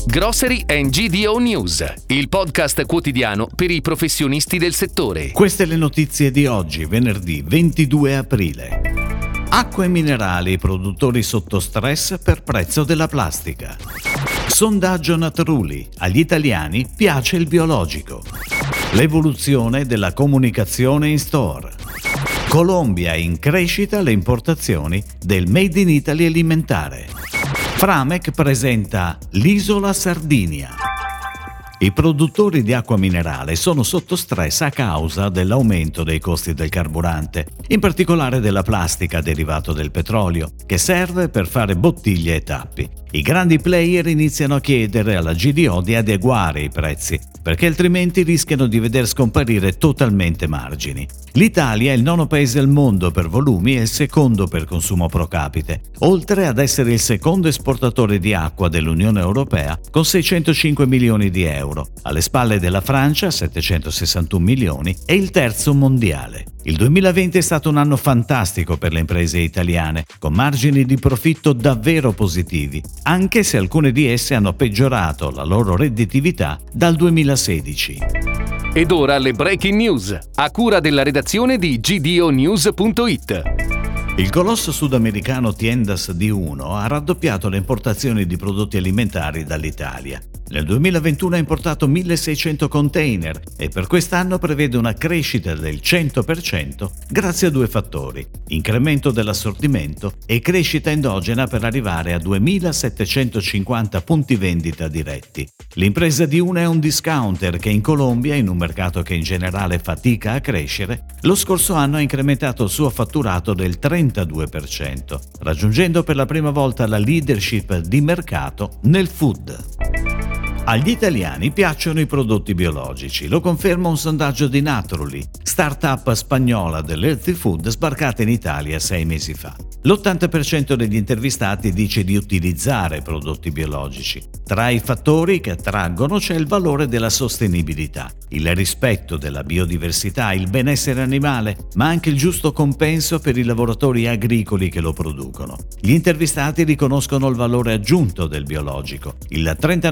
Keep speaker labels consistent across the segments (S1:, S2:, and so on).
S1: Grocery and GDO News, il podcast quotidiano per i professionisti del settore.
S2: Queste le notizie di oggi, venerdì 22 aprile. Acque minerali, produttori sotto stress per prezzo della plastica. Sondaggio Naturuli, agli italiani piace il biologico. L'evoluzione della comunicazione in store. Colombia in crescita le importazioni del Made in Italy alimentare. Framec presenta l'Isola Sardinia. I produttori di acqua minerale sono sotto stress a causa dell'aumento dei costi del carburante, in particolare della plastica derivato del petrolio, che serve per fare bottiglie e tappi. I grandi player iniziano a chiedere alla GDO di adeguare i prezzi, perché altrimenti rischiano di veder scomparire totalmente margini. L'Italia è il nono paese al mondo per volumi e il secondo per consumo pro capite, oltre ad essere il secondo esportatore di acqua dell'Unione Europea con 605 milioni di euro, alle spalle della Francia 761 milioni e il terzo mondiale. Il 2020 è stato un anno fantastico per le imprese italiane, con margini di profitto davvero positivi, anche se alcune di esse hanno peggiorato la loro redditività dal 2016.
S1: Ed ora le breaking news, a cura della redazione di gdonews.it.
S2: Il colosso sudamericano Tiendas D1 ha raddoppiato le importazioni di prodotti alimentari dall'Italia. Nel 2021 ha importato 1.600 container e per quest'anno prevede una crescita del 100% grazie a due fattori: incremento dell'assortimento e crescita endogena per arrivare a 2.750 punti vendita diretti. L'impresa D1 è un discounter che in Colombia, in un mercato che in generale fatica a crescere, lo scorso anno ha incrementato il suo fatturato del 32%, raggiungendo per la prima volta la leadership di mercato nel food. Agli italiani piacciono i prodotti biologici, lo conferma un sondaggio di Naturally, startup spagnola dell'healthy food sbarcata in Italia 6 mesi fa. L'80% degli intervistati dice di utilizzare prodotti biologici. Tra i fattori che attraggono c'è il valore della sostenibilità, il rispetto della biodiversità, il benessere animale, ma anche il giusto compenso per i lavoratori agricoli che lo producono. Gli intervistati riconoscono il valore aggiunto del biologico. Il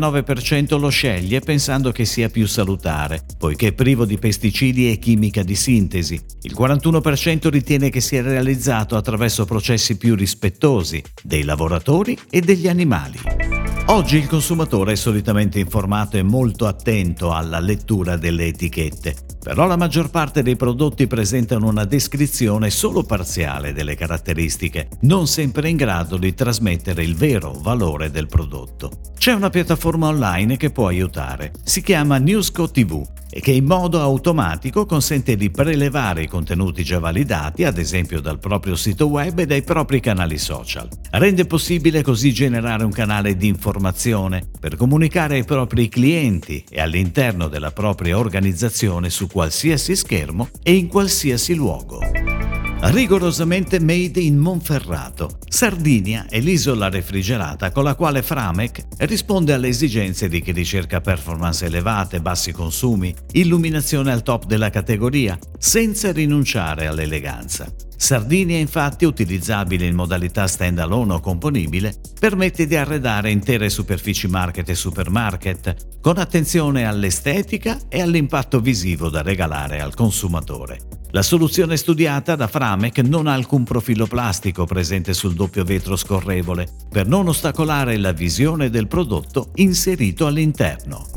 S2: 39% lo sceglie pensando che sia più salutare, poiché è privo di pesticidi e chimica di sintesi. Il 41% ritiene che sia realizzato attraverso processi più rispettosi dei lavoratori e degli animali. Oggi il consumatore è solitamente informato e molto attento alla lettura delle etichette, però la maggior parte dei prodotti presentano una descrizione solo parziale delle caratteristiche, non sempre in grado di trasmettere il vero valore del prodotto. C'è una piattaforma online che può aiutare, si chiama Newsco TV e che in modo automatico consente di prelevare i contenuti già validati, ad esempio dal proprio sito web e dai propri canali social. Rende possibile così generare un canale di informazione per comunicare ai propri clienti e all'interno della propria organizzazione su qualsiasi schermo e in qualsiasi luogo. Rigorosamente made in Monferrato. Sardinia è l'isola refrigerata con la quale Framec risponde alle esigenze di chi ricerca performance elevate, bassi consumi, illuminazione al top della categoria, senza rinunciare all'eleganza. Sardinia, infatti, utilizzabile in modalità stand-alone o componibile, permette di arredare intere superfici market e supermarket, con attenzione all'estetica e all'impatto visivo da regalare al consumatore. La soluzione studiata da Framec non ha alcun profilo plastico presente sul doppio vetro scorrevole, per non ostacolare la visione del prodotto inserito all'interno.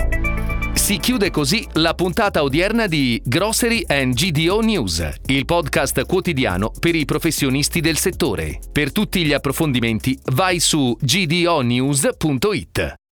S1: Si chiude così la puntata odierna di Grocery and GDO News, il podcast quotidiano per i professionisti del settore. Per tutti gli approfondimenti vai su gdonews.it.